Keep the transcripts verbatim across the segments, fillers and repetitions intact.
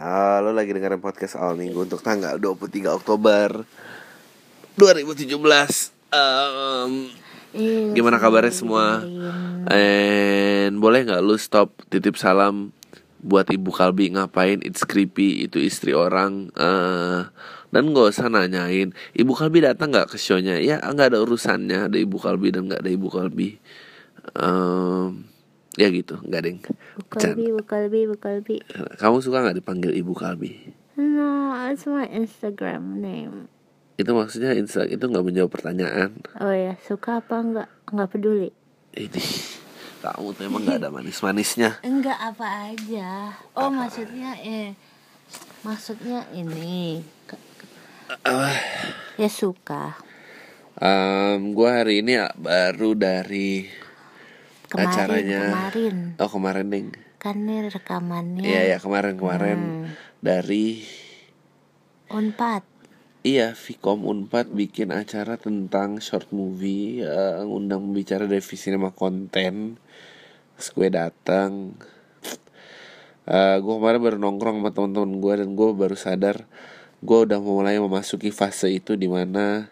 Halo, lagi dengerin podcast awal minggu untuk tanggal dua puluh tiga Oktober dua ribu tujuh belas. um, Gimana kabarnya semua? And boleh gak lu stop titip salam buat Ibu Kalbi ngapain? It's creepy, itu istri orang. uh, Dan gak usah nanyain Ibu Kalbi datang gak ke show-nya. Ya gak ada urusannya, ada Ibu Kalbi dan gak ada Ibu Kalbi. um, Ya gitu, gak deng. Bu Kalbi, Bu Kalbi, Bu Kalbi. Kamu suka gak dipanggil Ibu Kalbi? No, it's my Instagram name. Itu maksudnya Insta, itu gak menjawab pertanyaan. Oh ya, suka apa enggak? Enggak peduli. Ini kamu tuh emang gak ada manis-manisnya. Enggak apa aja. Oh Apa? maksudnya eh Maksudnya ini uh, ya suka. um, Gue hari ini baru dari Kemarin, acaranya kemarin. Oh kemarin ding. Kan ini rekamannya. Iya ya kemarin-kemarin hmm. Dari Unpad. Iya, Vkom Unpad bikin acara tentang short movie, uh, ngundang pembicara dari Cinema Konten. Terus gue datang. uh, Gue kemarin baru nongkrong sama teman-teman gue dan gue baru sadar gue udah mulai memasuki fase itu dimana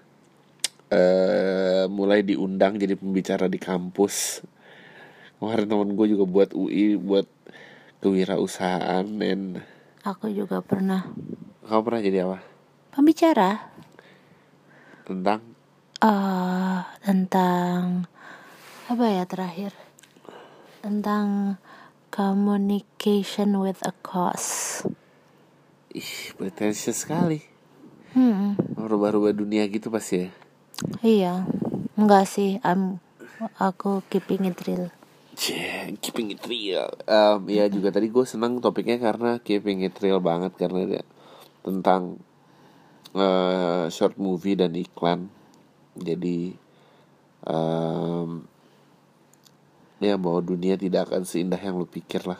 uh, mulai diundang jadi pembicara di kampus. Kemarin temen gue juga buat U I, buat kewirausahaan. Dan aku juga pernah. Kamu pernah jadi apa? Pembicara. Tentang? Uh, tentang apa ya terakhir? Tentang communication with a cause. Ih, pretentious sekali. Hmm. Rubah-rubah dunia gitu pasti ya? Iya. Enggak sih, I'm, aku keeping it real. Cie, keeping it real. Um, ya juga tadi gue senang topiknya karena keeping it real banget. Karena dia tentang uh, short movie dan iklan. Jadi um, ya bahwa dunia tidak akan seindah yang lu pikir lah.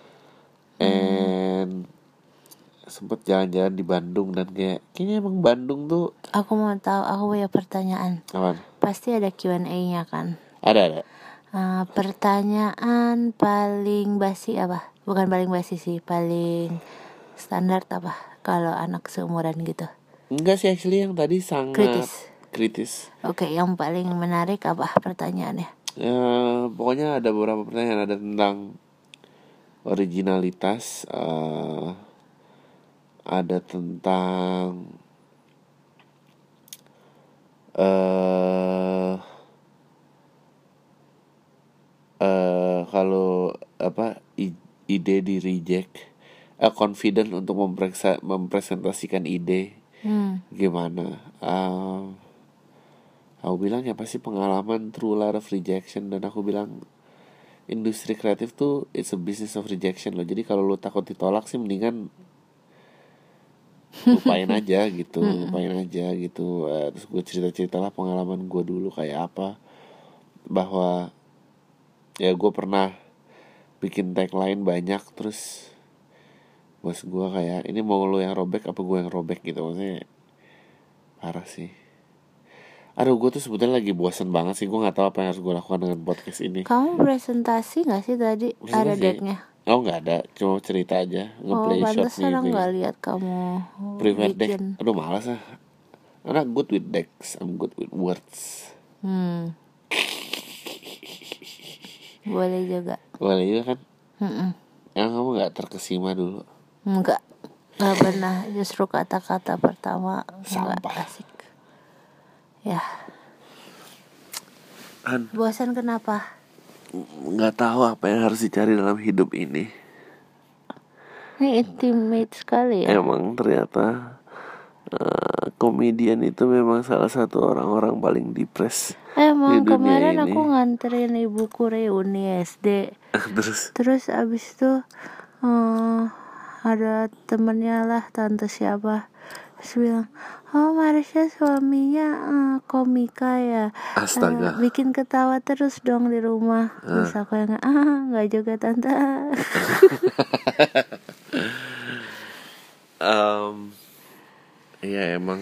And sempet jalan-jalan di Bandung dan kayak kayaknya emang Bandung tuh. Aku mau tahu, aku punya pertanyaan. Apaan? Pasti ada Q and A-nya kan? Ada ada. Uh, pertanyaan paling basi apa? Bukan paling basi sih, paling standar apa? Kalau anak seumuran gitu. Enggak sih, actually yang tadi sangat kritis. Kritis. Oke, okay, yang paling menarik apa pertanyaannya? Ya, pokoknya ada beberapa pertanyaan, ada tentang originalitas, uh, ada tentang uh, uh, kalau apa ide di reject, uh, confident untuk mempresa, mempresentasikan ide, hmm. gimana? Uh, aku bilang ya pasti pengalaman through a lot of rejection. Dan aku bilang industri kreatif tuh it's a business of rejection loh. Jadi kalau lo takut ditolak sih mendingan lupain aja gitu, lupain aja gitu. Uh, terus gue cerita-cerita lah pengalaman gue dulu kayak apa, bahwa ya gue pernah bikin tagline banyak, terus bos gue kayak ini mau lo yang robek apa gue yang robek gitu. Maksudnya parah sih. Aduh, gue tuh sebetulnya lagi bosan banget sih. Gue gak tahu apa yang harus gue lakukan dengan podcast ini. Kamu presentasi gak sih tadi? Presentasi? Ada decknya? Oh gak ada, cuma cerita aja. Nge-play oh, shot nih. Oh pantesan gak lihat kamu prepare deck. bikin. Aduh malas ah. I'm not good with decks, I'm good with words. Hmm. Boleh juga. Boleh juga kan? Mm-mm. Yang kamu gak terkesima dulu? Enggak, gak pernah. Justru kata-kata pertama sampah. Gak asik. Ya. An, bosan kenapa? Nggak tahu apa yang harus dicari dalam hidup ini. Ini intimate sekali ya. Emang ternyata uh, komedian itu memang salah satu orang-orang paling depres. Emang di dunia kemarin ini. Aku nganterin ibuku reuni S D. Terus? Terus abis itu uh, ada temennya lah, tante siapa. Terus bilang, oh Marsha suaminya uh, komika ya. Astaga. Uh, bikin ketawa terus dong di rumah. uh. Terus aku yang ah nggak juga tante. um, Iya emang.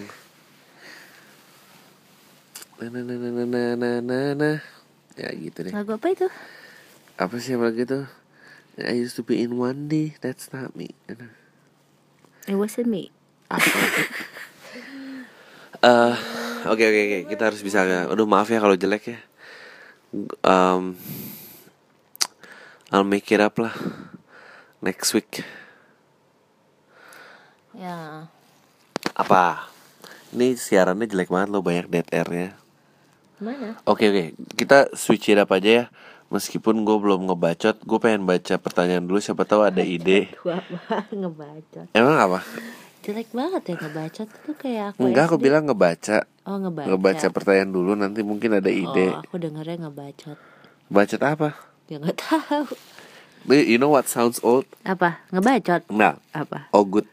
Nah, nah, nah, nah, nah, nah, nah, nah. Ya gitu deh. Lagu apa itu? Apa sih lagu itu? I used to be in one day, that's not me. It wasn't me. Eh, Oke oke oke, kita harus bisa. Aduh maaf ya kalau jelek ya. Um, I'll make it up lah next week. Ya. Apa? Ini siarannya jelek banget loh, banyak dead airnya. Mana? Oke oke, kita switch it up aja ya. Meskipun gue belum ngebacot, gue pengen baca pertanyaan dulu, siapa tahu ada ide. Gua apa ngebacot? Emang apa? Jelek banget ya ngebacot tuh kayak aku. Enggak, S D. aku bilang ngebaca. Oh ngebaca. Ngebaca pertanyaan dulu, nanti mungkin ada ide. Oh aku dengernya ngebacot. Bacot apa? Ya nggak tahu. You know what sounds old? Apa? Ngebacot? Nah, Apa? oh good.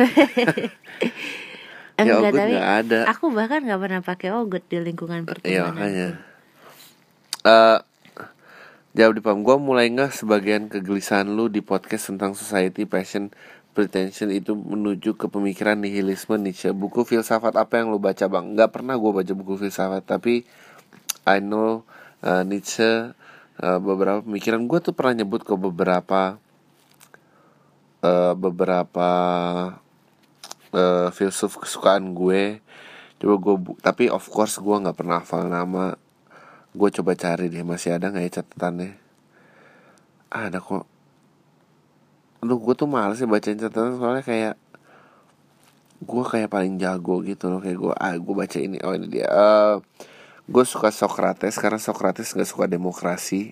Ya Enggak, ogut tapi nggak ada. aku bahkan nggak pernah pakai ogut di lingkungan pertemanan. Iya makanya. Uh, jawab di pam. Gue mulai nggak sebagian kegelisahan lu di podcast tentang society, passion, pretension itu menuju ke pemikiran nihilisme Nietzsche. Buku filsafat apa yang lu baca bang? Nggak pernah gue baca buku filsafat, tapi I know uh, Nietzsche. Uh, beberapa pemikiran gue tuh pernah nyebut ke beberapa uh, beberapa uh, filsuf kesukaan gue. Coba gue bu- tapi of course gue nggak pernah hafal nama. Gue coba cari deh, masih ada nggak ya catatannya? Ah, ada kok. Aduh, gue tuh males sih bacain catatan, soalnya kayak gue kayak paling jago gitu loh, kayak gue ah gue baca ini, oh ini dia. Uh, gue suka Socrates karena Socrates nggak suka demokrasi.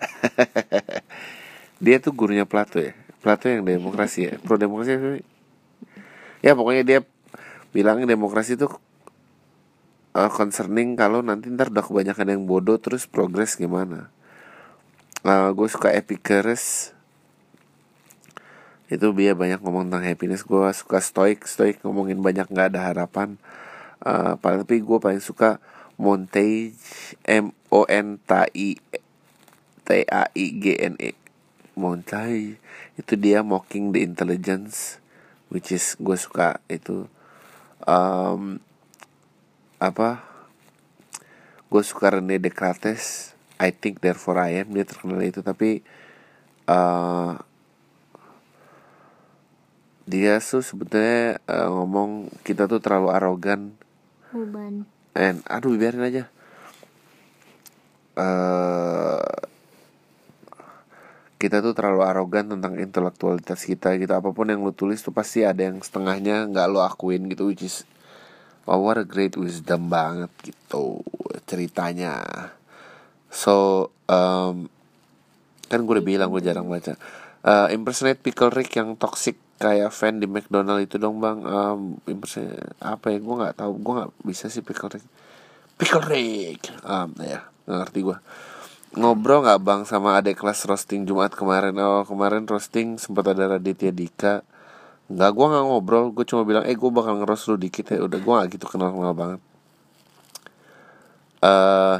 Dia tuh gurunya Plato ya. Plato yang demokrasi ya, pro demokrasi. Ya pokoknya dia bilang demokrasi itu uh, concerning kalau nanti ntar udah kebanyakan yang bodoh terus progres gimana. Uh, gue suka Epicurus. Itu dia banyak ngomong tentang happiness. Gue suka Stoic. Stoic ngomongin banyak nggak ada harapan. Uh, tapi gue paling suka Montaigne, M O N T I T A I G N E. Montaigne itu dia mocking the intelligence, which is gue suka itu. Um, apa? Gue suka René Descartes. I think therefore I am. Dia terkenal itu, tapi uh, dia tuh sebetulnya uh, ngomong kita tuh terlalu arogan. Uban. And aduh biarin aja. Uh, kita tuh terlalu arogan tentang intelektualitas kita gitu. Apapun yang lu tulis tuh pasti ada yang setengahnya nggak lu akuin gitu, which is oh, what a great wisdom banget gitu ceritanya. So um, kan gue udah bilang gue jarang baca. Uh, impersonate Pickle Rick yang toxic kayak fan di McDonald itu dong bang. Um, impersonate apa ya? Gue nggak tahu. Gue nggak bisa sih Pickle Rick. Pickle Rick. Um, ya nggak ngerti gue. Ngobrol nggak bang sama adek kelas roasting Jumat kemarin? Oh kemarin roasting sempat ada Raditya Dika. Nggak, gue nggak ngobrol. Gue cuma bilang, eh gue bakal ngeroast lu dikit ya. Udah, gue nggak gitu kenal kenal banget. Uh,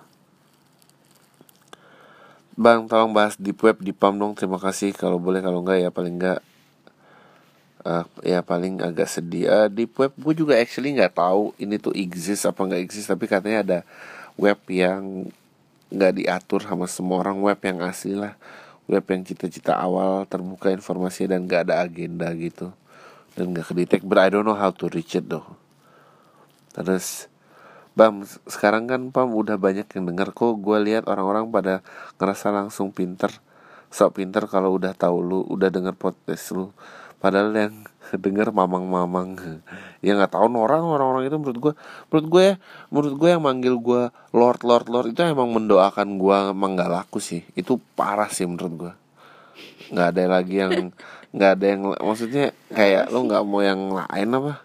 bang tolong bahas deep web di pam dong, terima kasih. Kalau boleh, kalau enggak ya paling enggak uh, ya paling agak sedih. uh, Deep web gue juga actually nggak tahu ini tuh exist apa nggak exist, tapi katanya ada web yang nggak diatur sama semua orang, web yang asli lah, web yang cita-cita awal terbuka informasi dan nggak ada agenda gitu, dan nggak kedetek. But I don't know how to reach it though. Terus Bam, sekarang kan Pam udah banyak yang denger kok. Gue lihat orang-orang pada ngerasa langsung pinter, sok pinter kalau udah tahu lu, udah denger podcast lu. Padahal yang denger mamang-mamang. Ya nggak tahu orang orang-orang itu menurut gue, menurut gue ya, menurut gue yang manggil gue Lord Lord Lord itu emang mendoakan gue emang nggak laku sih. Itu parah sih menurut gue. Nggak ada lagi yang, nggak ada yang, maksudnya kayak lu nggak mau yang lain apa?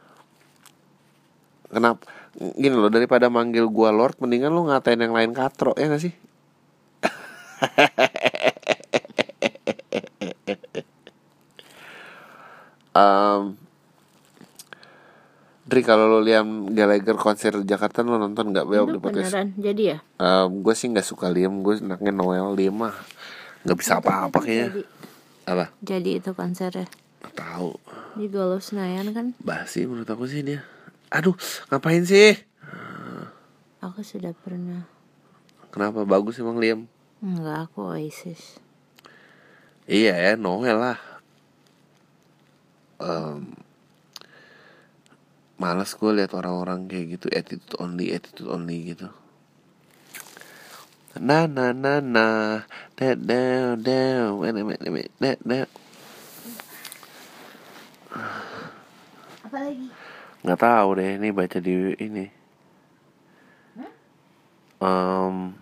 Kenapa? Gini loh, daripada manggil gua Lord, mendingan lu ngatain yang lain katro, ya gak sih? um, Dri, kalau lu Liam Gallagher konser di Jakarta lu nonton gak? Itu Di podcast. beneran jadi ya? Um, gue sih gak suka Liam, gue anaknya Noel. Liam mah gak bisa apa-apa kayaknya. Jadi. Apa? Jadi itu konsernya. Gak tahu. Di Galuh Senayan kan? Basi menurut aku sih dia. Aduh, ngapain sih? Aku sudah pernah. Kenapa? Bagus emang Liam? Enggak, aku Oasis. Iya ya, Noel lah. um, malas gue lihat orang-orang kayak gitu, attitude only, attitude only gitu. Na na na na, that down down, wait a minute, that that. Apa lagi? Nggak tahu deh, ini baca di ini. Um,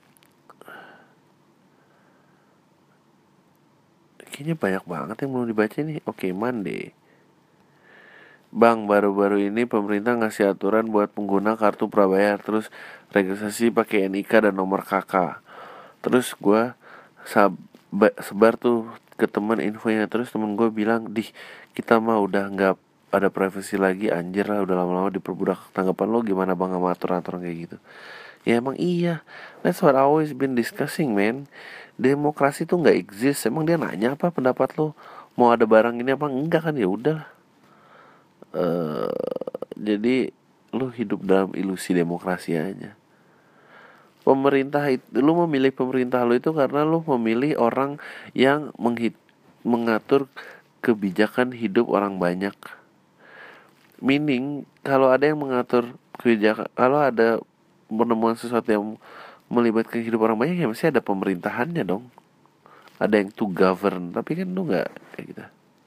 kayaknya banyak banget yang belum dibaca nih. Oke, okay, Monday. Bang, baru-baru ini pemerintah ngasih aturan buat pengguna kartu prabayar, terus registrasi pakai N I K dan nomor K K. Terus gue sebar tuh ke teman infonya, terus temen gue bilang, "Dih, kita mah udah nggak ada privasi lagi, anjir lah, udah lama-lama diperbudak." Tanggapan lo gimana bang sama aturan-aturan kayak gitu? Ya emang iya, that's what I always been discussing, man. Demokrasi tuh nggak exist. Emang dia nanya apa pendapat lo? Mau ada barang ini apa enggak kan? Ya udah. Uh, jadi lo hidup dalam ilusi demokrasi aja. Pemerintah itu, lu memilih pemerintah lu itu karena lu memilih orang yang menghit, mengatur kebijakan hidup orang banyak. Meaning kalau ada yang mengatur kebijakan, kalau ada penemuan sesuatu yang melibatkan hidup orang banyak, ya mesti ada pemerintahannya dong. Ada yang to govern, tapi kan lu nggak kayak gitu.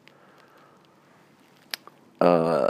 Uh,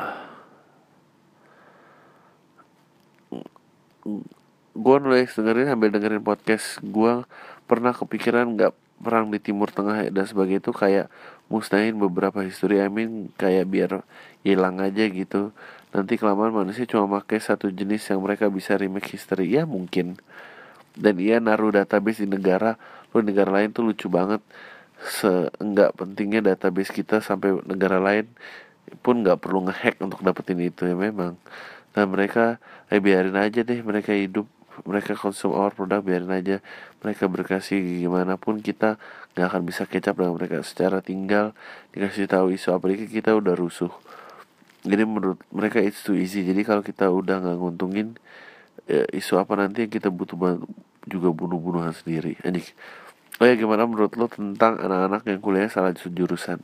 gue nulis dengerin sambil dengerin podcast, gue pernah kepikiran nggak perang di Timur Tengah dan sebagainya itu kayak musnahin beberapa history, I mean kayak biar hilang aja gitu. Nanti kelamaan manusia cuma pakai satu jenis yang mereka bisa remake history, ya mungkin. Dan ia naruh database di negara, lo negara lain tuh lucu banget. Seenggak pentingnya database kita sampai negara lain pun nggak perlu ngehack untuk dapetin itu ya memang. Dan mereka eh biarin aja deh mereka hidup, mereka konsum our produk, biarin aja mereka berkasih gimana pun kita nggak akan bisa kecap dengan mereka. Secara tinggal dikasih tahu isu apa dikit kita udah rusuh. Jadi menurut mereka it's too easy. Jadi kalau kita udah nggak nguntungin ya, isu apa nanti yang kita butuh juga bunuh-bunuhan sendiri. Anjing. Oh ya, gimana menurut lo tentang anak-anak yang kuliah salah jurusan?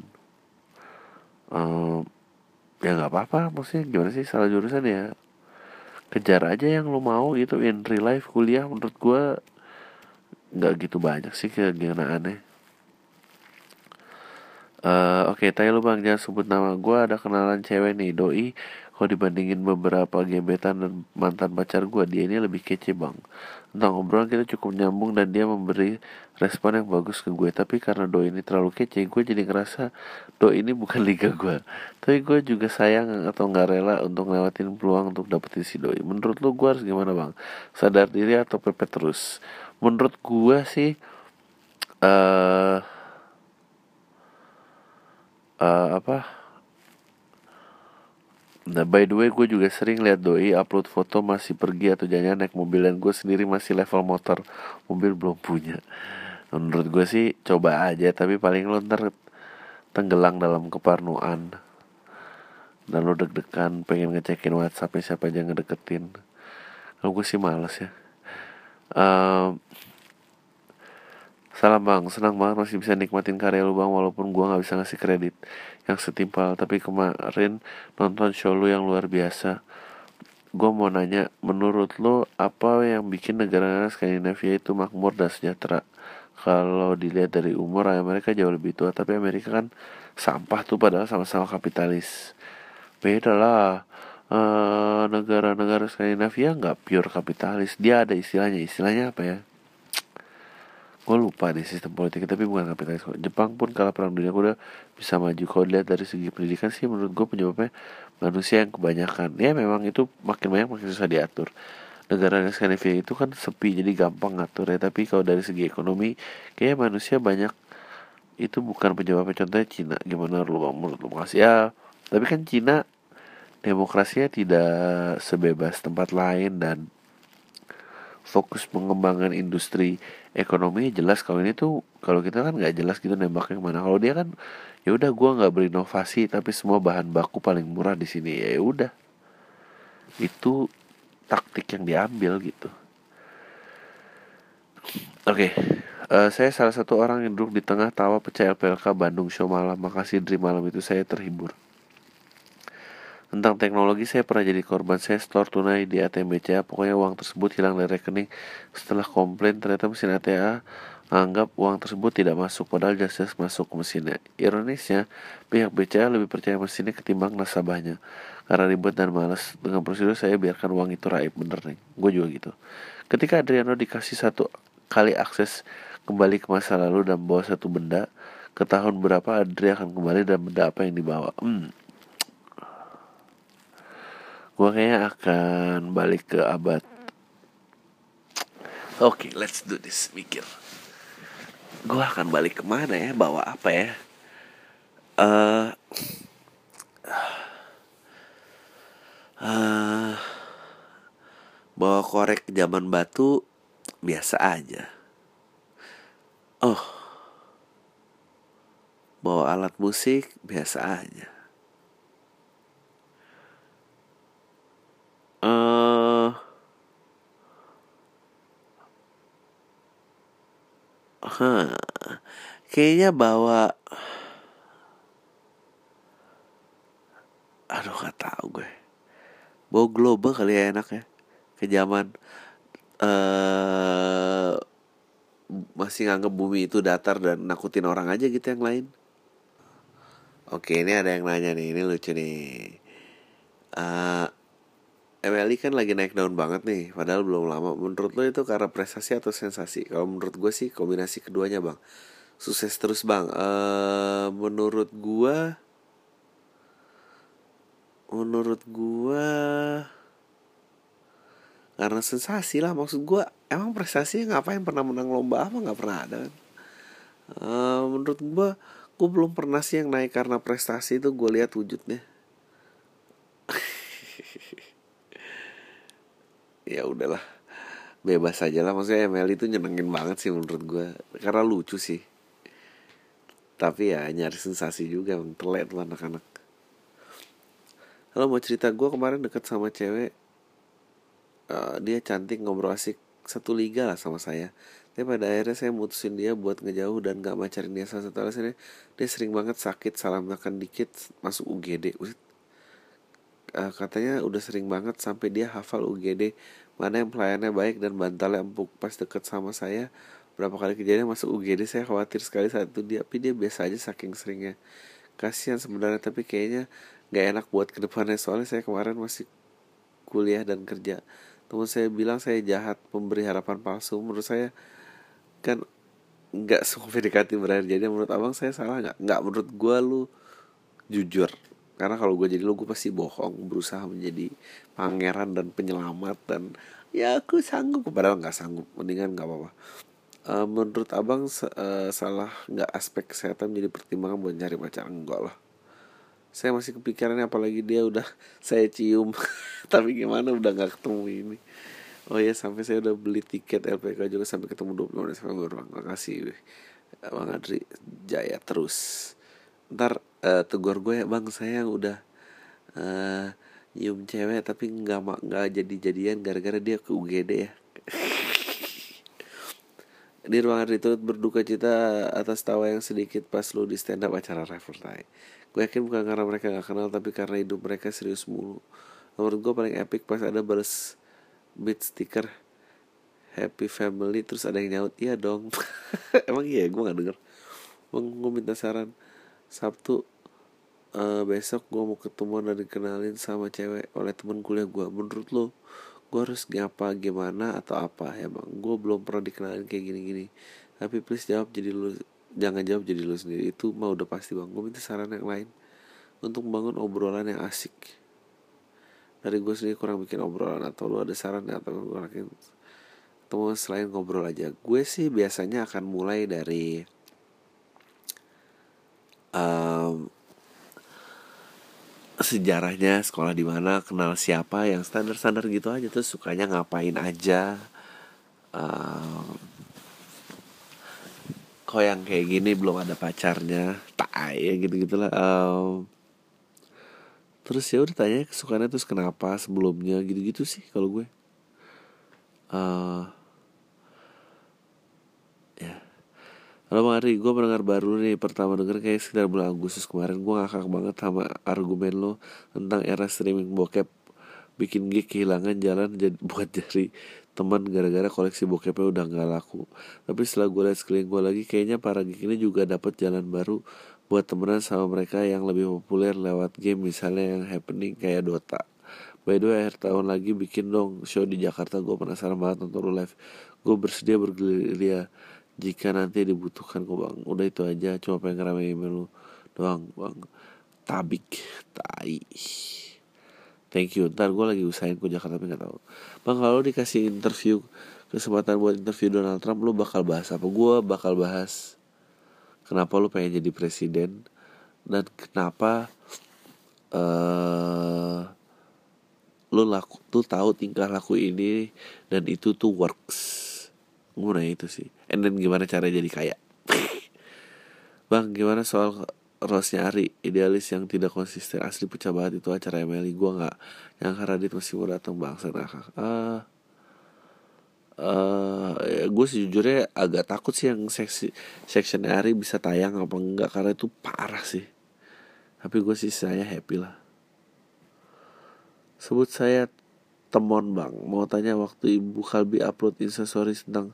Um, ya nggak apa-apa, maksudnya gimana sih salah jurusan ya? Kejar aja yang lo mau gitu. In real life kuliah menurut gue nggak gitu banyak sih kegiatan aneh. Uh, Oke, okay, tanya lu bang, jangan sebut nama. Gue ada kenalan cewek nih, doi. Kalau dibandingin beberapa gebetan dan mantan pacar gue, dia ini lebih kece bang. Tentang obrolan kita cukup nyambung dan dia memberi respon yang bagus ke gue. Tapi karena doi ini terlalu kece, gue jadi ngerasa doi ini bukan liga gue. Tapi gue juga sayang atau nggak rela untuk ngelewatin peluang untuk dapetin si doi. Menurut lu gue harus gimana bang? Sadar diri atau pepet terus? Menurut gue sih, uh, uh, apa? Nah, by the way, gue juga sering lihat doi upload foto masih pergi atau jalan naik mobil, dan gue sendiri masih level motor, mobil belum punya. Menurut gue sih coba aja, tapi paling lo ntar tenggelam dalam keparnoan dan lo deg-degan pengen ngecekin WhatsAppnya siapa aja ngedeketin. Kalau gue sih males ya. Um, Salam bang, senang banget masih bisa nikmatin karya lu bang, walaupun gue gak bisa ngasih kredit yang setimpal. Tapi kemarin nonton show lu yang luar biasa. Gue mau nanya, menurut lu apa yang bikin negara-negara Skandinavia itu makmur dan sejahtera? Kalau dilihat dari umur, Amerika jauh lebih tua, tapi Amerika kan sampah tuh padahal sama-sama kapitalis. Beda lah. Uh, negara-negara Skandinavia gak pure kapitalis, dia ada istilahnya. Istilahnya apa ya? Gue lupa deh sistem politik, tapi bukan kapitalis. Jepang pun kalah perang dunia udah bisa maju. Kalau dilihat dari segi pendidikan sih menurut gue penyebabnya manusia yang kebanyakan. Ya memang itu makin banyak makin susah diatur. Negara Skandinavia itu kan sepi jadi gampang ngatur ya. Tapi kalau dari segi ekonomi kayaknya manusia banyak itu bukan penyebabnya. Contohnya Cina, gimana lu bang menurut lu? Makasih ya. Tapi kan Cina demokrasinya tidak sebebas tempat lain dan fokus pengembangan industri ekonomi jelas. Kalau ini tuh kalau kita kan nggak jelas gitu nembaknya kemana. Kalau dia kan ya udah gue nggak berinovasi tapi semua bahan baku paling murah di sini, ya udah itu taktik yang diambil gitu. Oke, okay. Uh, saya salah satu orang yang duduk di tengah tawa pecah L P L K Bandung show malam. Makasih Dri, malam itu saya terhibur. Tentang teknologi, saya pernah jadi korban. Saya store tunai di A T M B C A. Pokoknya uang tersebut hilang dari rekening. Setelah komplain, ternyata mesin A T M anggap uang tersebut tidak masuk, padahal jelas masuk ke mesinnya. Ironisnya, pihak B C A lebih percaya mesinnya ketimbang nasabahnya. Karena ribet dan malas dengan prosedur, saya biarkan uang itu raib. Bener nih, gue juga gitu. Ketika Adriano dikasih satu kali akses kembali ke masa lalu dan bawa satu benda, ke tahun berapa Adri akan kembali dan benda apa yang dibawa? Hmm, gue kayaknya akan balik ke abad. Oke, okay, let's do this. Mikir, gue akan balik kemana ya? Bawa apa ya? Uh, uh, bawa korek zaman batu biasa aja. Oh, bawa alat musik biasa aja. Uh, huh, kayaknya bawa, aduh gak tahu gue. Bawa global kali ya enak ya. Ke zaman uh, masih nganggep bumi itu datar dan nakutin orang aja gitu yang lain. Oke, ini ada yang nanya nih, ini lucu nih. Uh, M L I kan lagi naik daun banget nih, padahal belum lama. Menurut lo itu karena prestasi atau sensasi? Kalau menurut gue sih kombinasi keduanya bang. Sukses terus bang. Uh, menurut gue, menurut gue karena sensasi lah. Maksud gue, emang prestasinya ngapain, pernah menang lomba apa? Nggak pernah ada kan. Uh, menurut gue, gue belum pernah sih yang naik karena prestasi itu gue lihat wujudnya. Ya udahlah, bebas aja lah. Maksudnya M L itu nyenengin banget sih menurut gue, karena lucu sih. Tapi ya nyari sensasi juga, emang telet tuh anak-anak. Kalau mau cerita, gue kemarin deket sama cewek, uh, dia cantik, ngobrol asik, satu liga lah sama saya. Tapi pada akhirnya saya mutusin dia buat ngejauh dan gak macarin dia. Salah satu alasannya, dia sering banget sakit, salah makan dikit masuk U G D. Uh, katanya udah sering banget sampai dia hafal U G D, mana yang pelayannya baik dan bantalnya empuk. Pas deket sama saya, berapa kali kejadian masuk U G D, saya khawatir sekali saat itu dia, tapi dia biasa aja saking seringnya. Kasihan sebenarnya, tapi kayaknya gak enak buat kedepannya. Soalnya saya kemarin masih kuliah dan kerja. Teman saya bilang saya jahat, memberi harapan palsu. Menurut saya kan gak semua P D K T berakhir. Jadi menurut abang saya salah gak? Gak, menurut gue lu jujur. Karena kalau gue jadi lo, gue pasti bohong, berusaha menjadi pangeran dan penyelamat, dan ya aku sanggup, padahal nggak sanggup. Mendingan nggak apa-apa. Uh, menurut abang uh, salah nggak aspek kesehatan menjadi pertimbangan buat nyari pacar? Enggak lah. Saya masih kepikirannya, apalagi dia udah saya cium. Tapi gimana udah nggak ketemu ini. Oh ya, sampai saya udah beli tiket L P K juga sampai ketemu dua puluh lima Desember bang. Makasih Bang Adri, jaya terus. Ntar uh, tegur gue ya bang, saya udah uh, nyium cewek tapi nggak nggak jadi jadian gara-gara dia ke U G D ya. Di ruangan itu berduka cita atas tawa yang sedikit pas lu di stand up acara Revertai. Gue yakin bukan karena mereka nggak kenal, tapi karena hidup mereka serius mulu. Menurut gue paling epic pas ada balas beat stiker Happy Family, terus ada yang nyaut iya dong. Emang iya, gue nggak denger. Bang, gue minta saran. Sabtu uh, besok gue mau ketemuan dan dikenalin sama cewek oleh teman kuliah gue. Menurut lo gue harus ngapa, gimana, atau apa ya bang? Gue belum pernah dikenalin kayak gini-gini. Tapi please jawab jadi lu, jangan jawab jadi lu sendiri. Itu mah udah pasti bang. Gue minta saran yang lain untuk membangun obrolan yang asik. Dari gue sendiri kurang bikin obrolan, atau lu ada saran atau gue lakuin temuan selain ngobrol aja? Gue sih biasanya akan mulai dari Um, sejarahnya, sekolah di mana, kenal siapa, yang standar-standar gitu aja. Terus sukanya ngapain aja. Um, kok yang kayak gini belum ada pacarnya, tak ya gitu-gitulah. Um, terus ya udah tanya kesukaannya, terus kenapa sebelumnya, gitu-gitu sih kalau gue. Uh, ya. Halo Bang Ari, gue pendengar baru nih. Pertama denger kayak sekitar bulan Agustus kemarin. Gue ngakak banget sama argumen lo tentang era streaming bokep. Bikin gue kehilangan jalan jadi, buat cari teman gara-gara koleksi bokepnya udah gak laku. Tapi setelah gue liat sekeliling gue lagi, kayaknya para geek ini juga dapat jalan baru buat temenan sama mereka yang lebih populer lewat game, misalnya yang happening kayak Dota. By the way, akhir tahun lagi bikin dong show di Jakarta. Gue penasaran banget nonton lu live. Gue bersedia bergerilya jika nanti dibutuhkan kok bang. Udah itu aja, cuma pengen ngeramein email lu doang bang. Tabik, tai. Thank you. Ntar gue lagi usahain ke Jakarta tapi nggak tahu. Bang, kalau dikasih interview, kesempatan buat interview Donald Trump, lu bakal bahas apa? Gue bakal bahas kenapa lu pengen jadi presiden dan kenapa uh, lu laku, tuh tahu tingkah laku ini dan itu tuh works. Gue nanya itu sih. And then gimana cara jadi kaya? Bang, gimana soal Rosnya Ari, idealis yang tidak konsisten, asli pecah banget itu acara Emily. Gue nggak yang Radit masih mau datang bangsa nakak. Ah, uh, ya gue sejujurnya agak takut sih yang seksi section Ari bisa tayang apa enggak karena itu parah sih. Tapi gue sih saya happy lah. Sebut saya Temon bang, mau tanya waktu Ibu Kalbi upload instastories tentang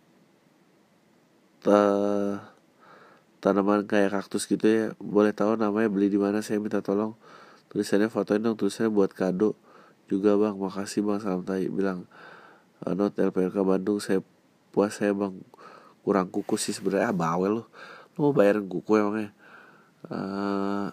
ta- tanaman kayak kaktus gitu ya, boleh tahu namanya, beli di mana, saya minta tolong tulisannya, fotoin dong tulisannya buat kado juga bang, makasih bang, salam tai, bilang uh, not L P L K Bandung, saya puas saya bang, kurang kuku sih sebenarnya. Ah bawel lo, lo mau bayarin kuku emangnya? Uh,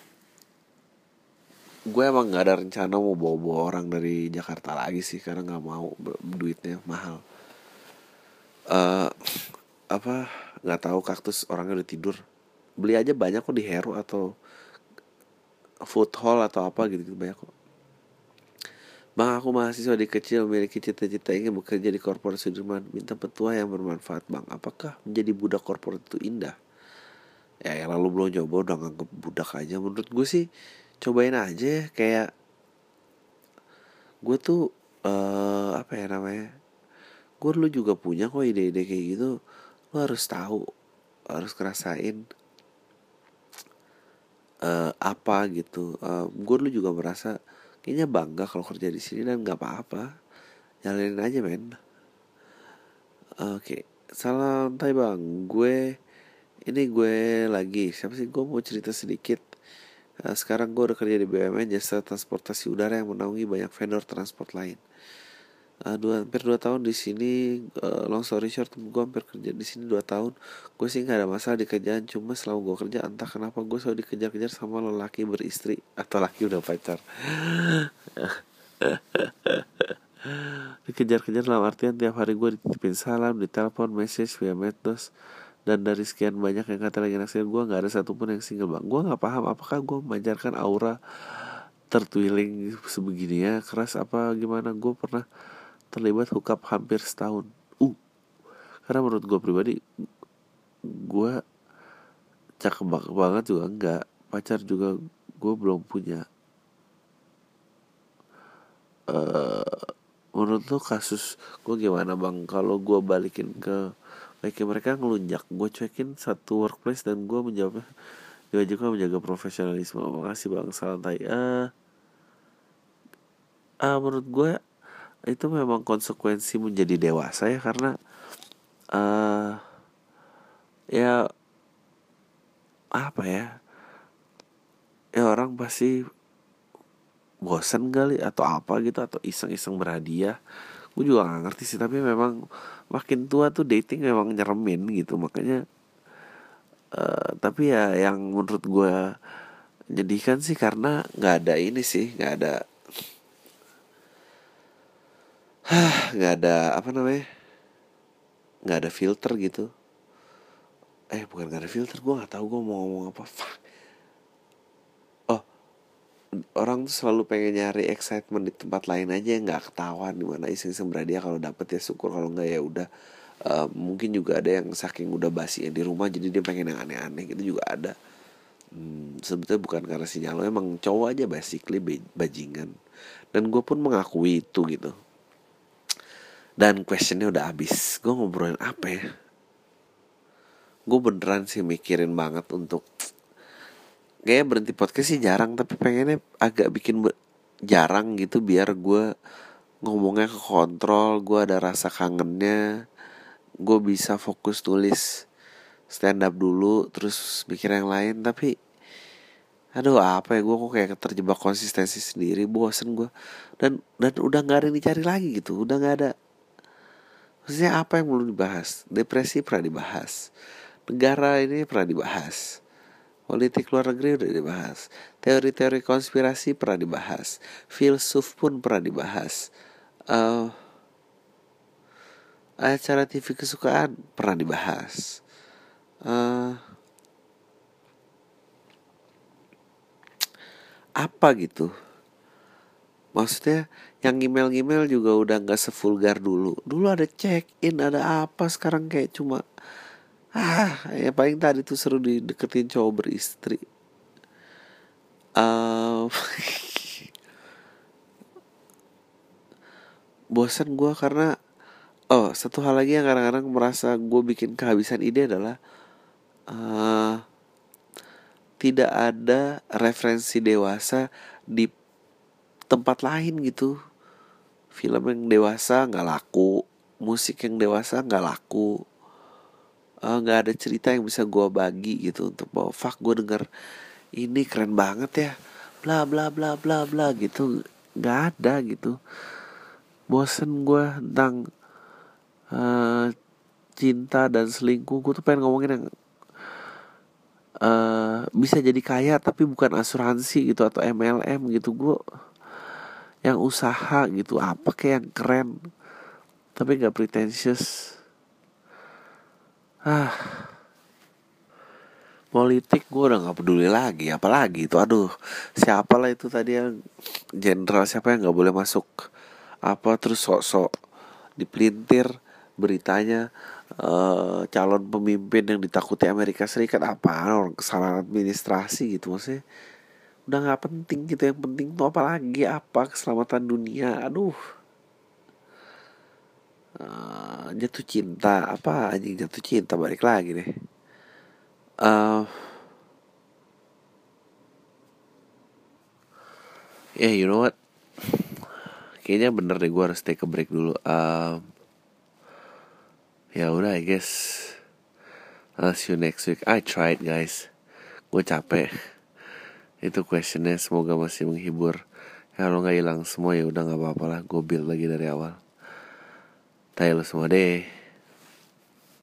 gue emang nggak ada rencana mau bawa-bawa orang dari Jakarta lagi sih karena nggak mau, duitnya mahal. Uh, apa nggak tahu kaktus orangnya udah tidur, beli aja banyak kok di Hero atau Food Hall atau apa gitu, gitu banyak kok. Bang, aku mahasiswa di kecil memiliki cita-cita ingin bekerja di korporat Sudirman, minta petua yang bermanfaat bang. Apakah menjadi budak korporat itu indah? Ya, ya lalu belum nyoba udah nganggep budak aja. Menurut gue sih cobain aja. Kayak gue tuh uh, apa ya namanya, gue dulu juga punya kok ide-ide kayak gitu. Lo harus tahu, harus ngerasain uh, apa gitu. Uh, gue dulu juga merasa kayaknya bangga kalau kerja di sini dan nggak apa-apa, jalanin aja men. Oke, okay. Salam tai bang. Gue ini gue lagi siapa sih? Gue mau cerita sedikit. Uh, sekarang gue udah kerja di B U M N jasa transportasi udara yang menaungi banyak vendor transport lain. Uh, dua, hampir dua tahun di sini. Uh, long story short, gue hampir kerja di sini dua tahun. Gue sih nggak ada masalah di kerjaan, cuma selama gue kerja entah kenapa gue selalu dikejar-kejar sama lelaki beristri atau laki udah pacar. Dikejar-kejar dalam artian tiap hari gue dititipin salam, ditelepon, message via medsos, dan dari sekian banyak yang kata lagi naksir gue nggak ada satupun yang single bang. Gue nggak paham apakah gue memancarkan aura tertwiling sebegininya keras apa gimana. Gue pernah terlibat hookup hampir setahun. Uh, karena menurut gue pribadi, gue cakep banget juga enggak, pacar juga gue belum punya. Uh, menurut lo kasus gue gimana bang? Kalau gue balikin ke kayak mereka ngelunjak, gue cuekin satu workplace dan gue menjawabnya diwajibkan menjaga profesionalisme. Makasih bang, salam tai. Ah, uh, uh, menurut gue itu memang konsekuensi menjadi dewasa ya, karena uh, ya apa ya, ya orang pasti bosan kali atau apa gitu, atau iseng-iseng berhadiah. Gue juga gak ngerti sih, tapi memang makin tua tuh dating memang nyeremin gitu. Makanya uh, tapi ya yang menurut gue menyedihkan sih karena gak ada ini sih, gak ada nggak ada apa namanya, nggak ada filter gitu. Eh bukan nggak ada filter, gue nggak tahu gue mau ngomong apa. Oh, orang tuh selalu pengen nyari excitement di tempat lain aja, nggak ketahuan di mana iseng-iseng berhadiah. Kalau dapet ya syukur, kalau nggak ya udah. Uh, mungkin juga ada yang saking udah basi ya di rumah, jadi dia pengen yang aneh-aneh gitu juga ada. Hmm, sebetulnya bukan karena sinyal lo, emang cowok aja basically bajingan. Dan gue pun mengakui itu gitu. Dan questionnya udah habis. Gue ngobrolin apa ya? gue beneran sih mikirin banget untuk kayak berhenti podcast sih jarang, tapi pengennya agak bikin be- jarang gitu biar gue ngomongnya ke kontrol, gue ada rasa kangennya, gue bisa fokus tulis stand up dulu terus mikir yang lain. Tapi aduh apa ya, gue kok kayak terjebak konsistensi sendiri, bosen gue. Dan dan udah nggak ada yang dicari lagi gitu, udah nggak ada. Maksudnya apa yang belum dibahas? Depresi pernah dibahas, negara ini pernah dibahas, politik luar negeri udah dibahas, teori-teori konspirasi pernah dibahas, filsuf pun pernah dibahas, uh, acara T V kesukaan pernah dibahas. Uh, apa gitu? Maksudnya yang email-email juga udah nggak sevulgar dulu. Dulu ada check in, ada apa. Sekarang kayak cuma ah, ya paling tadi tuh seru dideketin cowok beristri. Uh, bosan gue karena oh satu hal lagi yang kadang-kadang merasa gue bikin kehabisan ide adalah uh, tidak ada referensi dewasa di tempat lain gitu. Film yang dewasa nggak laku, musik yang dewasa nggak laku, nggak uh, ada cerita yang bisa gue bagi gitu untuk bahwa fuck gue denger ini keren banget ya, bla bla bla bla bla gitu, nggak ada gitu. Bosen gue tentang uh, cinta dan selingkuh. Gue tuh pengen ngomongin yang uh, bisa jadi kaya tapi bukan asuransi gitu atau M L M gitu. Gue yang usaha gitu, apa kayak yang keren tapi nggak pretentious. Ah, politik gue udah nggak peduli lagi, apalagi itu, aduh, siapalah itu tadi yang jenderal siapa yang nggak boleh masuk apa terus sok-sok dipelintir beritanya, uh, calon pemimpin yang ditakuti Amerika Serikat, apa orang kesalahan administrasi gitu. Maksudnya udah nggak penting gitu, yang penting tuh apalagi apa keselamatan dunia. Aduh, uh, jatuh cinta apa anjing, jatuh cinta balik lagi deh. uh, Ya yeah, you know what, kayaknya bener deh gue harus take a break dulu. um, Ya udah, I guess I'll see you next week. I tried guys, gue capek. Itu questionnya semoga masih menghibur. Kalau nggak hilang semua ya udah nggak apa-apa lah, gue build lagi dari awal. Tai lu semua deh.